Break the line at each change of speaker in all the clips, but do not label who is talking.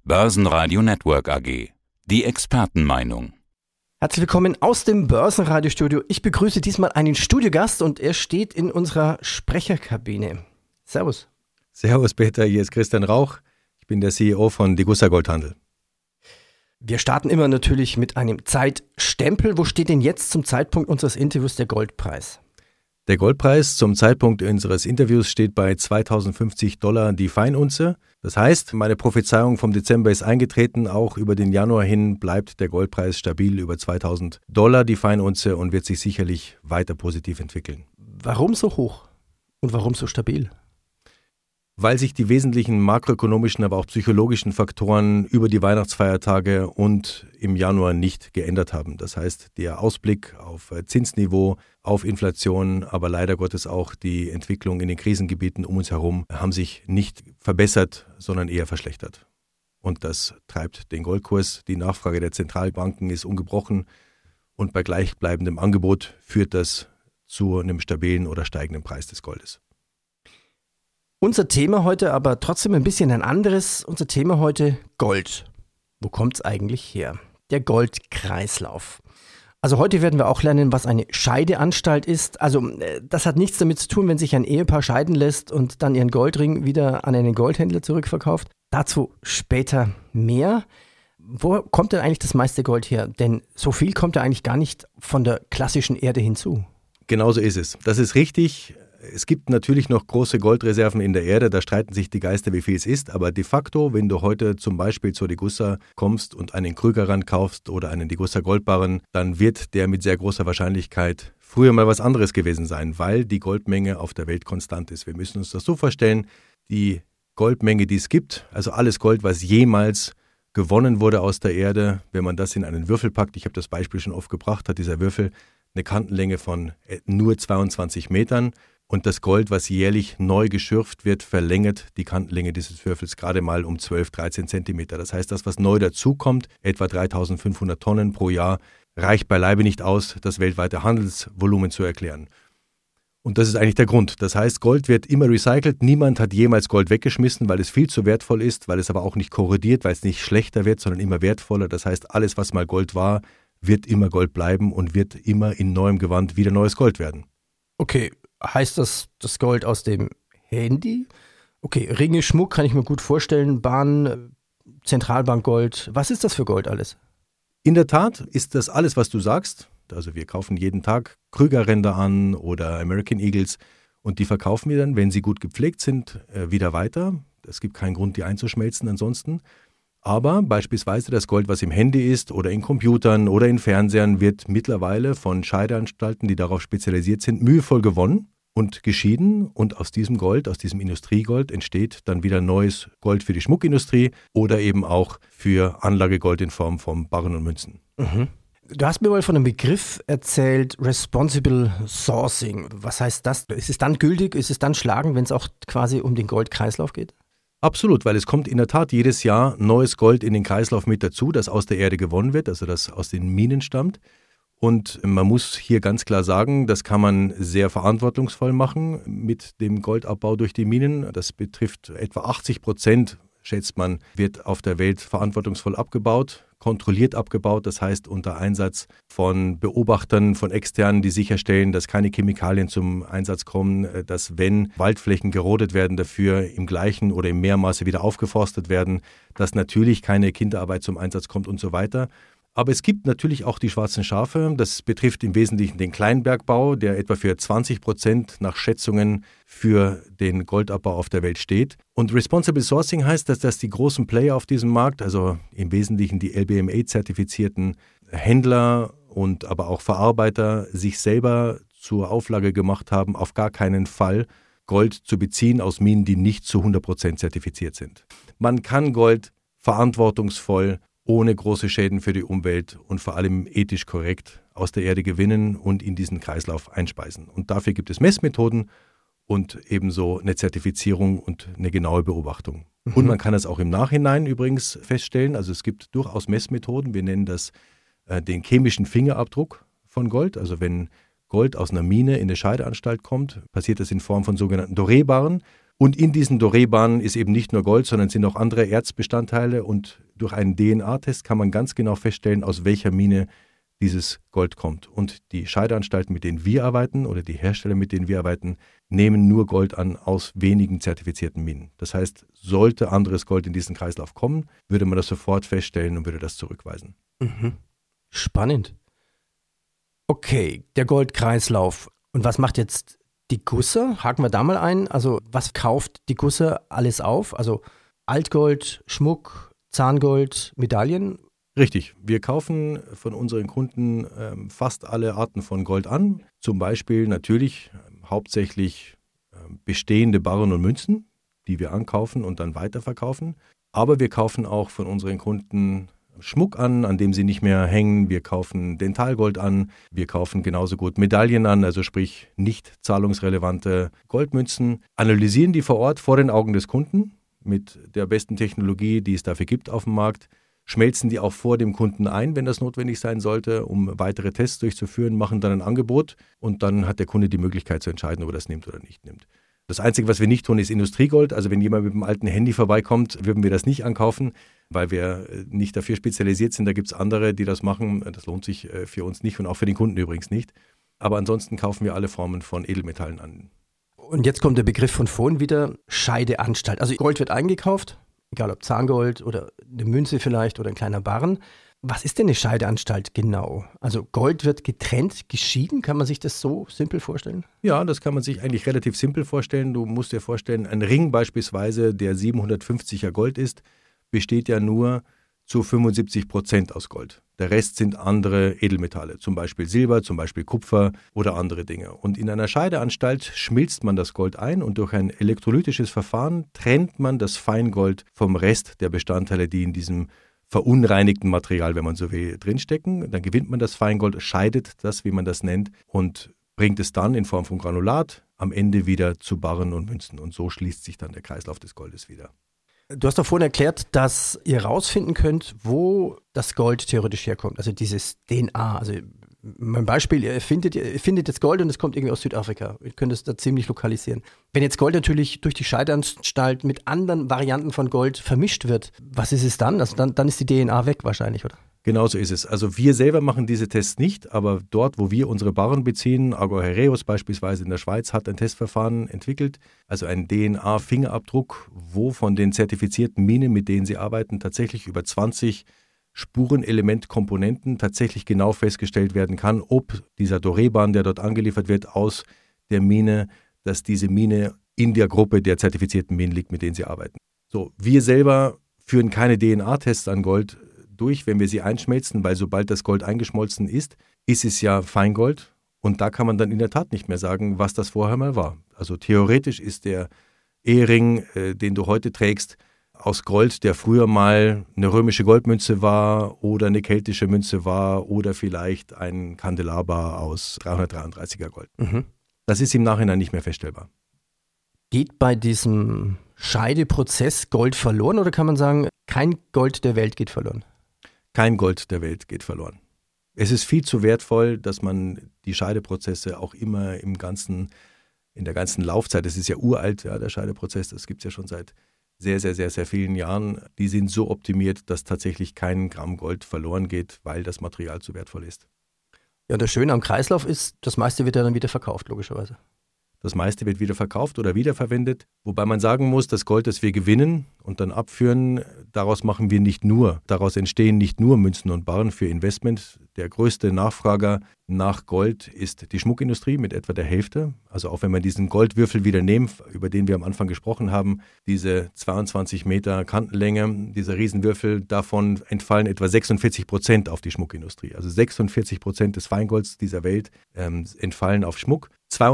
Börsenradio Network AG. Die Expertenmeinung.
Herzlich willkommen aus dem Börsenradiostudio. Ich begrüße diesmal einen Studiogast und er steht in unserer Sprecherkabine. Servus.
Servus Peter, hier ist Christian Rauch. Ich bin der CEO von Degussa Goldhandel.
Wir starten immer natürlich mit einem Zeitstempel. Wo steht denn jetzt zum Zeitpunkt unseres Interviews der Goldpreis?
Der Goldpreis zum Zeitpunkt unseres Interviews steht bei $2050 die Feinunze. Das heißt, meine Prophezeiung vom Dezember ist eingetreten. Auch über den Januar hin bleibt der Goldpreis stabil über $2000 die Feinunze und wird sich sicherlich weiter positiv entwickeln.
Warum so hoch und warum so stabil?
Weil sich die wesentlichen makroökonomischen, aber auch psychologischen Faktoren über die Weihnachtsfeiertage und im Januar nicht geändert haben. Das heißt, der Ausblick auf Zinsniveau, auf Inflation, aber leider Gottes auch die Entwicklung in den Krisengebieten um uns herum haben sich nicht verbessert, sondern eher verschlechtert. Und das treibt den Goldkurs. Die Nachfrage der Zentralbanken ist ungebrochen und bei gleichbleibendem Angebot führt das zu einem stabilen oder steigenden Preis des Goldes.
Unser Thema heute aber trotzdem ein bisschen ein anderes. Unser Thema heute Gold. Wo kommt es eigentlich her? Der Goldkreislauf. Also heute werden wir auch lernen, was eine Scheideanstalt ist. Also das hat nichts damit zu tun, wenn sich ein Ehepaar scheiden lässt und dann ihren Goldring wieder an einen Goldhändler zurückverkauft. Dazu später mehr. Wo kommt denn eigentlich das meiste Gold her? Denn so viel kommt ja eigentlich gar nicht von der klassischen Erde hinzu.
Genauso ist es. Das ist richtig. Es gibt natürlich noch große Goldreserven in der Erde, da streiten sich die Geister, wie viel es ist, aber de facto, wenn du heute zum Beispiel zur Degussa kommst und einen Krügerrand kaufst oder einen Degussa Goldbarren, dann wird der mit sehr großer Wahrscheinlichkeit früher mal was anderes gewesen sein, weil die Goldmenge auf der Welt konstant ist. Wir müssen uns das so vorstellen, die Goldmenge, die es gibt, also alles Gold, was jemals gewonnen wurde aus der Erde, wenn man das in einen Würfel packt, ich habe das Beispiel schon oft gebracht, hat dieser Würfel eine Kantenlänge von nur 22 Metern. Und das Gold, was jährlich neu geschürft wird, verlängert die Kantenlänge dieses Würfels gerade mal um 12, 13 Zentimeter. Das heißt, das, was neu dazukommt, etwa 3.500 Tonnen pro Jahr, reicht beileibe nicht aus, das weltweite Handelsvolumen zu erklären. Und das ist eigentlich der Grund. Das heißt, Gold wird immer recycelt. Niemand hat jemals Gold weggeschmissen, weil es viel zu wertvoll ist, weil es aber auch nicht korrodiert, weil es nicht schlechter wird, sondern immer wertvoller. Das heißt, alles, was mal Gold war, wird immer Gold bleiben und wird immer in neuem Gewand wieder neues Gold werden.
Okay. Heißt das Gold aus dem Handy? Okay, Ringe, Schmuck kann ich mir gut vorstellen, Bahn, Zentralbankgold. Was ist das für Gold alles?
In der Tat ist das alles, was du sagst. Also wir kaufen jeden Tag Krügerränder an oder American Eagles und die verkaufen wir dann, wenn sie gut gepflegt sind, wieder weiter. Es gibt keinen Grund, die einzuschmelzen ansonsten. Aber beispielsweise das Gold, was im Handy ist oder in Computern oder in Fernsehern, wird mittlerweile von Scheideanstalten, die darauf spezialisiert sind, mühevoll gewonnen und geschieden. Und aus diesem Gold, aus diesem Industriegold, entsteht dann wieder neues Gold für die Schmuckindustrie oder eben auch für Anlagegold in Form von Barren und Münzen.
Mhm. Du hast mir mal von einem Begriff erzählt, Responsible Sourcing. Was heißt das? Ist es dann gültig, ist es dann schlagend, wenn es auch quasi um den Goldkreislauf geht?
Absolut, weil es kommt in der Tat jedes Jahr neues Gold in den Kreislauf mit dazu, das aus der Erde gewonnen wird, also das aus den Minen stammt. Und man muss hier ganz klar sagen, das kann man sehr verantwortungsvoll machen mit dem Goldabbau durch die Minen. Das betrifft etwa 80%, schätzt man, wird auf der Welt verantwortungsvoll abgebaut, kontrolliert abgebaut, das heißt unter Einsatz von Beobachtern, von Externen, die sicherstellen, dass keine Chemikalien zum Einsatz kommen, dass wenn Waldflächen gerodet werden, dafür im gleichen oder im Mehrmaße wieder aufgeforstet werden, dass natürlich keine Kinderarbeit zum Einsatz kommt und so weiter. Aber es gibt natürlich auch die schwarzen Schafe. Das betrifft im Wesentlichen den Kleinbergbau, der etwa für 20% nach Schätzungen für den Goldabbau auf der Welt steht. Und Responsible Sourcing heißt, dass das die großen Player auf diesem Markt, also im Wesentlichen die LBMA-zertifizierten Händler und aber auch Verarbeiter, sich selber zur Auflage gemacht haben, auf gar keinen Fall Gold zu beziehen aus Minen, die nicht zu 100% zertifiziert sind. Man kann Gold verantwortungsvoll ohne große Schäden für die Umwelt und vor allem ethisch korrekt aus der Erde gewinnen und in diesen Kreislauf einspeisen. Und dafür gibt es Messmethoden und ebenso eine Zertifizierung und eine genaue Beobachtung. Mhm. Und man kann es auch im Nachhinein übrigens feststellen. Also es gibt durchaus Messmethoden. Wir nennen das den chemischen Fingerabdruck von Gold. Also wenn Gold aus einer Mine in eine Scheideanstalt kommt, passiert das in Form von sogenannten Doré-Barren. Und in diesen Doré-Bahnen ist eben nicht nur Gold, sondern sind auch andere Erzbestandteile. Und durch einen DNA-Test kann man ganz genau feststellen, aus welcher Mine dieses Gold kommt. Und die Scheideanstalten, mit denen wir arbeiten, oder die Hersteller, mit denen wir arbeiten, nehmen nur Gold an aus wenigen zertifizierten Minen. Das heißt, sollte anderes Gold in diesen Kreislauf kommen, würde man das sofort feststellen und würde das zurückweisen.
Mhm. Spannend. Okay, der Goldkreislauf. Und was macht jetzt die Gusser? Haken wir da mal ein. Also was kauft die Gusser alles auf? Also Altgold, Schmuck, Zahngold, Medaillen?
Richtig. Wir kaufen von unseren Kunden fast alle Arten von Gold an. Zum Beispiel natürlich hauptsächlich bestehende Barren und Münzen, die wir ankaufen und dann weiterverkaufen. Aber wir kaufen auch von unseren Kunden Schmuck an dem sie nicht mehr hängen. Wir kaufen Dentalgold an. Wir kaufen genauso gut Medaillen an, also sprich nicht zahlungsrelevante Goldmünzen. Analysieren die vor Ort vor den Augen des Kunden mit der besten Technologie, die es dafür gibt auf dem Markt. Schmelzen die auch vor dem Kunden ein, wenn das notwendig sein sollte, um weitere Tests durchzuführen, machen dann ein Angebot und dann hat der Kunde die Möglichkeit zu entscheiden, ob er das nimmt oder nicht nimmt. Das Einzige, was wir nicht tun, ist Industriegold. Also wenn jemand mit einem alten Handy vorbeikommt, würden wir das nicht ankaufen, weil wir nicht dafür spezialisiert sind. Da gibt es andere, die das machen. Das lohnt sich für uns nicht und auch für den Kunden übrigens nicht. Aber ansonsten kaufen wir alle Formen von Edelmetallen an.
Und jetzt kommt der Begriff von vorhin wieder, Scheideanstalt. Also Gold wird eingekauft, egal ob Zahngold oder eine Münze vielleicht oder ein kleiner Barren. Was ist denn eine Scheideanstalt genau? Also Gold wird getrennt, geschieden, kann man sich das so simpel vorstellen? Ja,
das kann man sich eigentlich relativ simpel vorstellen. Du musst dir vorstellen, ein Ring beispielsweise, der 750er Gold ist, besteht ja nur zu 75% aus Gold. Der Rest sind andere Edelmetalle, zum Beispiel Silber, zum Beispiel Kupfer oder andere Dinge. Und in einer Scheideanstalt schmilzt man das Gold ein und durch ein elektrolytisches Verfahren trennt man das Feingold vom Rest der Bestandteile, die in diesem verunreinigten Material, wenn man so will, drinstecken. Dann gewinnt man das Feingold, scheidet das, wie man das nennt, und bringt es dann in Form von Granulat am Ende wieder zu Barren und Münzen. Und so schließt sich dann der Kreislauf des Goldes wieder.
Du hast doch vorhin erklärt, dass ihr rausfinden könnt, wo das Gold theoretisch herkommt. Also dieses DNA. Also mein Beispiel, ihr findet jetzt Gold und es kommt irgendwie aus Südafrika. Ihr könnt es da ziemlich lokalisieren. Wenn jetzt Gold natürlich durch die Scheideanstalt mit anderen Varianten von Gold vermischt wird, was ist es dann? Also dann ist die DNA weg wahrscheinlich, oder?
Genau so ist es. Also wir selber machen diese Tests nicht, aber dort, wo wir unsere Barren beziehen, Argor Heraeus beispielsweise in der Schweiz hat ein Testverfahren entwickelt, also einen DNA-Fingerabdruck, wo von den zertifizierten Minen, mit denen sie arbeiten, tatsächlich über 20 Spurenelementkomponenten tatsächlich genau festgestellt werden kann, ob dieser Doré-Bahn, der dort angeliefert wird, aus der Mine, dass diese Mine in der Gruppe der zertifizierten Minen liegt, mit denen sie arbeiten. So, wir selber führen keine DNA-Tests an Gold durch, wenn wir sie einschmelzen, weil sobald das Gold eingeschmolzen ist, ist es ja Feingold und da kann man dann in der Tat nicht mehr sagen, was das vorher mal war. Also theoretisch ist der Ehering, den du heute trägst, aus Gold, der früher mal eine römische Goldmünze war oder eine keltische Münze war oder vielleicht ein Kandelaber aus 333er Gold. Mhm. Das ist im Nachhinein nicht mehr feststellbar.
Geht bei diesem Scheideprozess Gold verloren oder kann man sagen, kein Gold der Welt geht verloren?
Kein Gold der Welt geht verloren. Es ist viel zu wertvoll, dass man die Scheideprozesse auch immer in der ganzen Laufzeit, das ist ja uralt, ja, der Scheideprozess, das gibt es ja schon seit sehr, sehr, sehr, sehr vielen Jahren, die sind so optimiert, dass tatsächlich kein Gramm Gold verloren geht, weil das Material zu wertvoll ist.
Ja, das Schöne am Kreislauf ist, das meiste wird ja dann wieder verkauft, logischerweise.
Das meiste wird wieder verkauft oder wiederverwendet, wobei man sagen muss, das Gold, das wir gewinnen und dann abführen, daraus entstehen nicht nur Münzen und Barren für Investment. Der größte Nachfrager nach Gold ist die Schmuckindustrie mit etwa der Hälfte. Also auch wenn wir diesen Goldwürfel wieder nehmen, über den wir am Anfang gesprochen haben, diese 22 Meter Kantenlänge, dieser Riesenwürfel, davon entfallen etwa 46% auf die Schmuckindustrie. Also 46% des Feingolds dieser Welt entfallen auf Schmuck.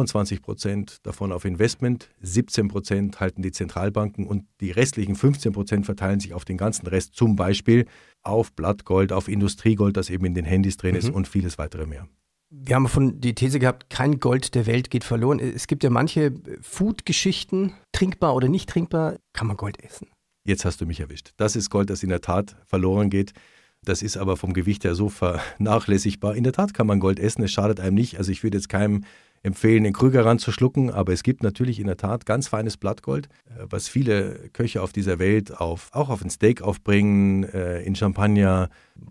22% davon auf Investment, 17% halten die Zentralbanken und die restlichen 15% verteilen sich auf den ganzen Rest, zum Beispiel auf Blattgold, auf Industriegold, das eben in den Handys drin ist und vieles weitere mehr.
Wir haben von die These gehabt, kein Gold der Welt geht verloren. Es gibt ja manche Food-Geschichten, trinkbar oder nicht trinkbar, kann man Gold essen.
Jetzt hast du mich erwischt. Das ist Gold, das in der Tat verloren geht. Das ist aber vom Gewicht her so vernachlässigbar. In der Tat kann man Gold essen, es schadet einem nicht. Also ich würde jetzt keinem empfehlen, den Krügerrand zu schlucken, aber es gibt natürlich in der Tat ganz feines Blattgold, was viele Köche auf dieser Welt auch auf ein Steak aufbringen, in Champagner,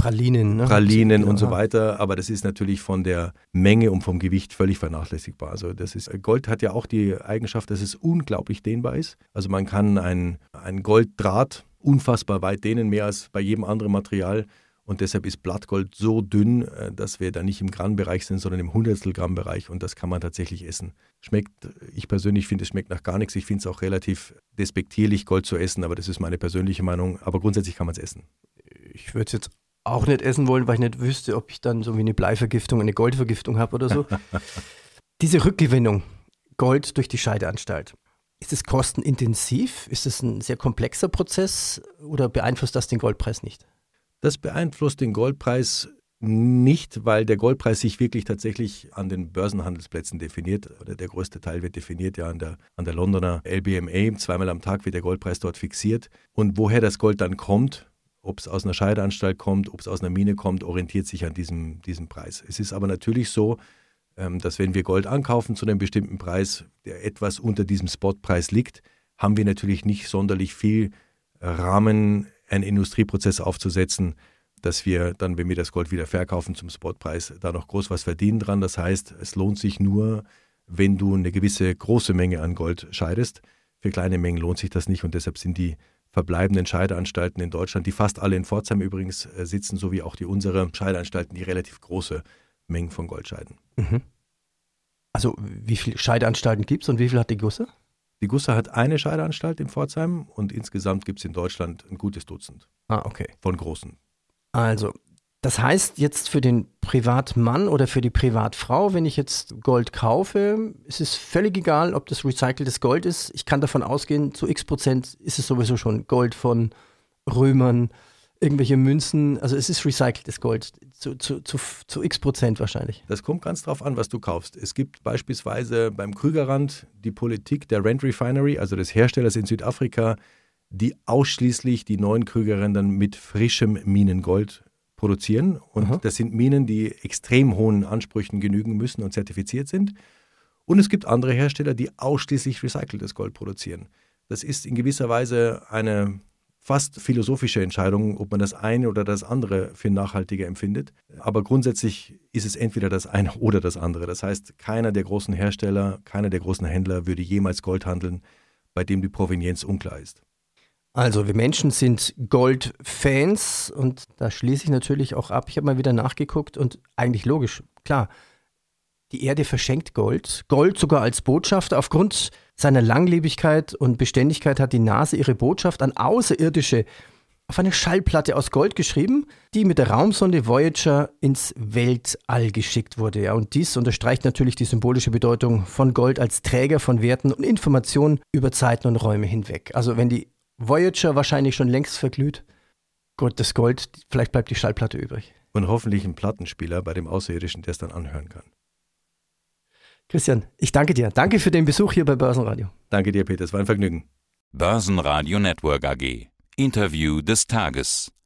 Pralinen
und so weiter, aber das ist natürlich von der Menge und vom Gewicht völlig vernachlässigbar. Also Gold hat ja auch die Eigenschaft, dass es unglaublich dehnbar ist. Also man kann ein Golddraht unfassbar weit dehnen, mehr als bei jedem anderen Material. Und deshalb ist Blattgold so dünn, dass wir da nicht im Grammbereich sind, sondern im Hundertstelgrammbereich. Und das kann man tatsächlich essen. Ich persönlich finde, es schmeckt nach gar nichts. Ich finde es auch relativ despektierlich, Gold zu essen, aber das ist meine persönliche Meinung. Aber grundsätzlich kann man es essen.
Ich würde es jetzt auch nicht essen wollen, weil ich nicht wüsste, ob ich dann so wie eine Bleivergiftung, eine Goldvergiftung habe oder so. Diese Rückgewinnung, Gold durch die Scheideanstalt. Ist es kostenintensiv? Ist es ein sehr komplexer Prozess oder beeinflusst das den Goldpreis nicht?
Das beeinflusst den Goldpreis nicht, weil der Goldpreis sich wirklich tatsächlich an den Börsenhandelsplätzen definiert. Oder der größte Teil wird definiert ja an der Londoner LBMA. Zweimal am Tag wird der Goldpreis dort fixiert. Und woher das Gold dann kommt, ob es aus einer Scheideanstalt kommt, ob es aus einer Mine kommt, orientiert sich an diesem Preis. Es ist aber natürlich so, dass wenn wir Gold ankaufen zu einem bestimmten Preis, der etwas unter diesem Spotpreis liegt, haben wir natürlich nicht sonderlich viel Rahmen, einen Industrieprozess aufzusetzen, dass wir dann, wenn wir das Gold wieder verkaufen zum Spotpreis, da noch groß was verdienen dran. Das heißt, es lohnt sich nur, wenn du eine gewisse große Menge an Gold scheidest. Für kleine Mengen lohnt sich das nicht und deshalb sind die verbleibenden Scheideanstalten in Deutschland, die fast alle in Pforzheim übrigens sitzen, sowie auch die unsere Scheideanstalten, die relativ große Mengen von Gold scheiden.
Mhm. Also wie viele Scheideanstalten gibt es und wie viel hat die Gusse?
Die Gusse hat eine Scheideanstalt in Pforzheim und insgesamt gibt es in Deutschland ein gutes Dutzend.
Okay.
Von großen.
Also, das heißt jetzt für den Privatmann oder für die Privatfrau, wenn ich jetzt Gold kaufe, ist es völlig egal, ob das recyceltes Gold ist. Ich kann davon ausgehen, zu x% ist es sowieso schon Gold von Römern, irgendwelche Münzen. Also es ist recyceltes Gold, zu x% wahrscheinlich.
Das kommt ganz drauf an, was du kaufst. Es gibt beispielsweise beim Krügerrand die Politik der Rand Refinery, also des Herstellers in Südafrika, die ausschließlich die neuen Krügerrändern mit frischem Minengold produzieren. Und das sind Minen, die extrem hohen Ansprüchen genügen müssen und zertifiziert sind. Und es gibt andere Hersteller, die ausschließlich recyceltes Gold produzieren. Das ist in gewisser Weise eine fast philosophische Entscheidung, ob man das eine oder das andere für nachhaltiger empfindet. Aber grundsätzlich ist es entweder das eine oder das andere. Das heißt, keiner der großen Hersteller, keiner der großen Händler würde jemals Gold handeln, bei dem die Provenienz unklar ist.
Also wir Menschen sind Gold-Fans und da schließe ich natürlich auch ab. Ich habe mal wieder nachgeguckt und eigentlich logisch, klar, die Erde verschenkt Gold. Gold sogar als Botschafter. Aufgrund seiner Langlebigkeit und Beständigkeit hat die NASA ihre Botschaft an Außerirdische auf eine Schallplatte aus Gold geschrieben, die mit der Raumsonde Voyager ins Weltall geschickt wurde. Ja, und dies unterstreicht natürlich die symbolische Bedeutung von Gold als Träger von Werten und Informationen über Zeiten und Räume hinweg. Also wenn die Voyager wahrscheinlich schon längst verglüht, Gott, das Gold, vielleicht bleibt die Schallplatte übrig.
Und hoffentlich ein Plattenspieler bei dem Außerirdischen, der es dann anhören kann.
Christian, ich danke dir. Danke für den Besuch hier bei Börsenradio.
Danke dir, Peter. Es war ein Vergnügen.
Börsenradio Network AG. Interview des Tages.